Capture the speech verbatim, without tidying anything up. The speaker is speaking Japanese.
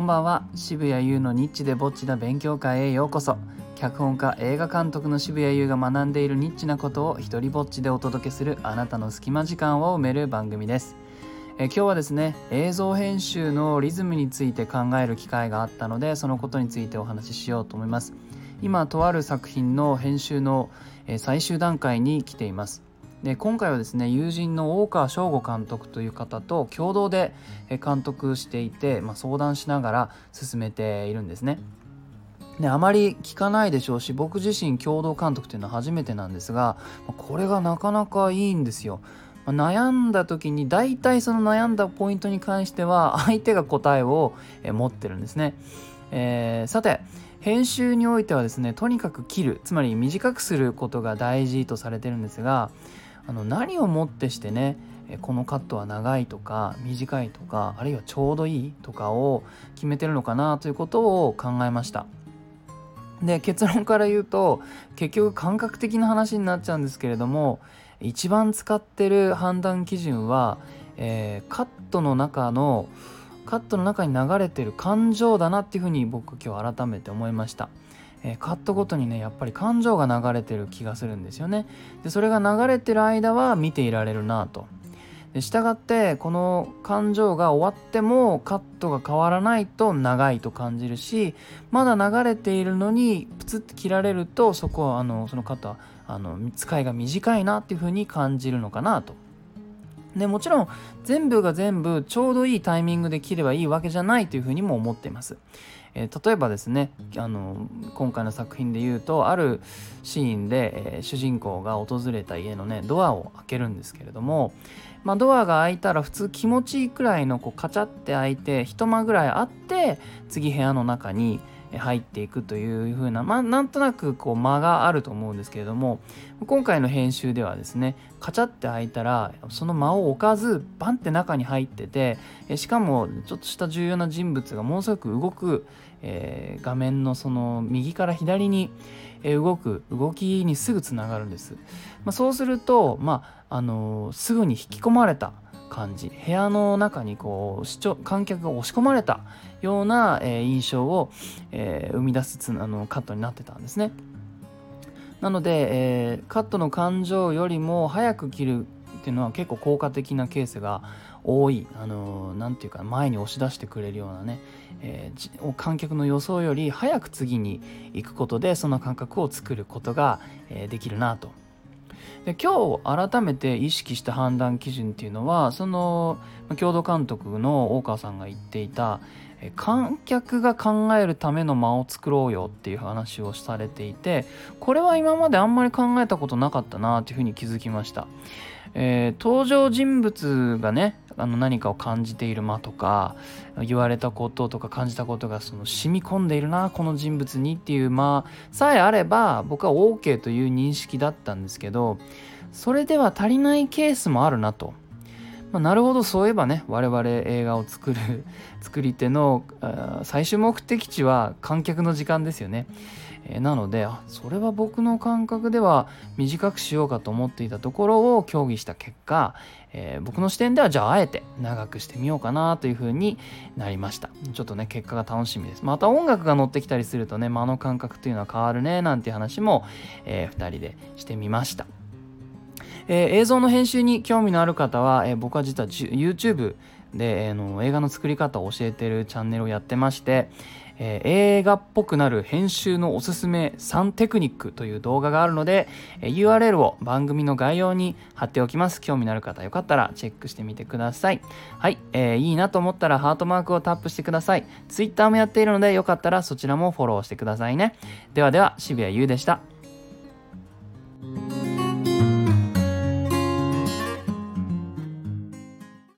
ばんは。渋谷優のニッチでぼっちな勉強会へようこそ。脚本家、映画監督の渋谷優が学んでいるニッチなことを一人ぼっちでお届けするあなたの隙間時間を埋める番組です。え今日はですね、映像編集のリズムについて考える機会があったので、そのことについてお話ししようと思います。今、とある作品の編集の最終段階に来ています。で今回はですね、友人の大川翔吾監督という方と共同で監督していて、まあ、相談しながら進めているんですね。であまり聞かないでしょうし、僕自身共同監督というのは初めてなんですが、これがなかなかいいんですよ。悩んだ時に大体その悩んだポイントに関しては相手が答えを持ってるんですね。えー、さて編集においてはですね、とにかく切る、つまり短くすることが大事とされてるんですが、あの何をもってしてね、このカットは長いとか短いとか、あるいはちょうどいいとかを決めてるのかなということを考えました。で結論から言うと、結局感覚的な話になっちゃうんですけれども、一番使ってる判断基準は、えー、カットの中のカットの中に流れてる感情だなっていうふうに僕今日改めて思いました。えー、カットごとにね、やっぱり感情が流れてる気がするんですよね。でそれが流れてる間は見ていられるなと。で従ってこの感情が終わってもカットが変わらないと長いと感じるし、まだ流れているのにプツッと切られると、そこはあのそのカットはあの使いが短いなっていうふうに感じるのかなと。でもちろん全部が全部ちょうどいいタイミングで切ればいいわけじゃないというふうにも思っています。えー、例えばですね、あの今回の作品で言うと、あるシーンで、えー、主人公が訪れた家のねドアを開けるんですけれども、まあ、ドアが開いたら普通気持ちいいくらいのこうカチャって開いて一間ぐらいあって、次部屋の中に入っていくという風な、まあ、なんとなくこう間があると思うんですけれども、今回の編集ではですね、カチャって開いたらその間を置かずバンって中に入ってて、しかもちょっとした重要な人物がものすごく動く、えー、画面のその右から左に動く動きにすぐつながるんです。まあ、そうすると、まああのー、すぐに引き込まれた感じ、部屋の中にこう視聴観客が押し込まれたような、えー、印象を、えー、生み出すつあのカットになってたんですね。なので、えー、カットの感情よりも早く切るっていうのは結構効果的なケースが多い。あのー、なんていうか前に押し出してくれるようなね、えー、観客の予想より早く次に行くことでその感覚を作ることが、えー、できるなと。で今日改めて意識した判断基準っていうのは、その共同監督の大川さんが言っていた観客が考えるための間を作ろうよっていう話をされていて、これは今まであんまり考えたことなかったなというふうに気づきました。えー、登場人物がね、あの何かを感じている間とか、言われたこととか感じたことがその染み込んでいるなこの人物にっていう間さえあれば、僕は OK という認識だったんですけど、それでは足りないケースもあるなと。まあ、なるほど、そういえばね、我々映画を作る作り手の最終目的地は観客の時間ですよね。えー、なのであそれは僕の感覚では短くしようかと思っていたところを協議した結果、えー、僕の視点ではじゃああえて長くしてみようかなというふうになりました。ちょっとね結果が楽しみです。また音楽が乗ってきたりするとね、間の感覚というのは変わるねなんていう話も、えー、ふたりでしてみました。えー、映像の編集に興味のある方は、えー、僕は実は YouTube で、えー、の映画の作り方を教えているチャンネルをやってまして、えー、映画っぽくなる編集のおすすめさんテクニックという動画があるので、えー、ユーアールエル を番組の概要に貼っておきます。興味のある方よかったらチェックしてみてください。はい、えー、いいなと思ったらハートマークをタップしてください。Twitter もやっているのでよかったらそちらもフォローしてくださいね。ではでは、渋谷優でした。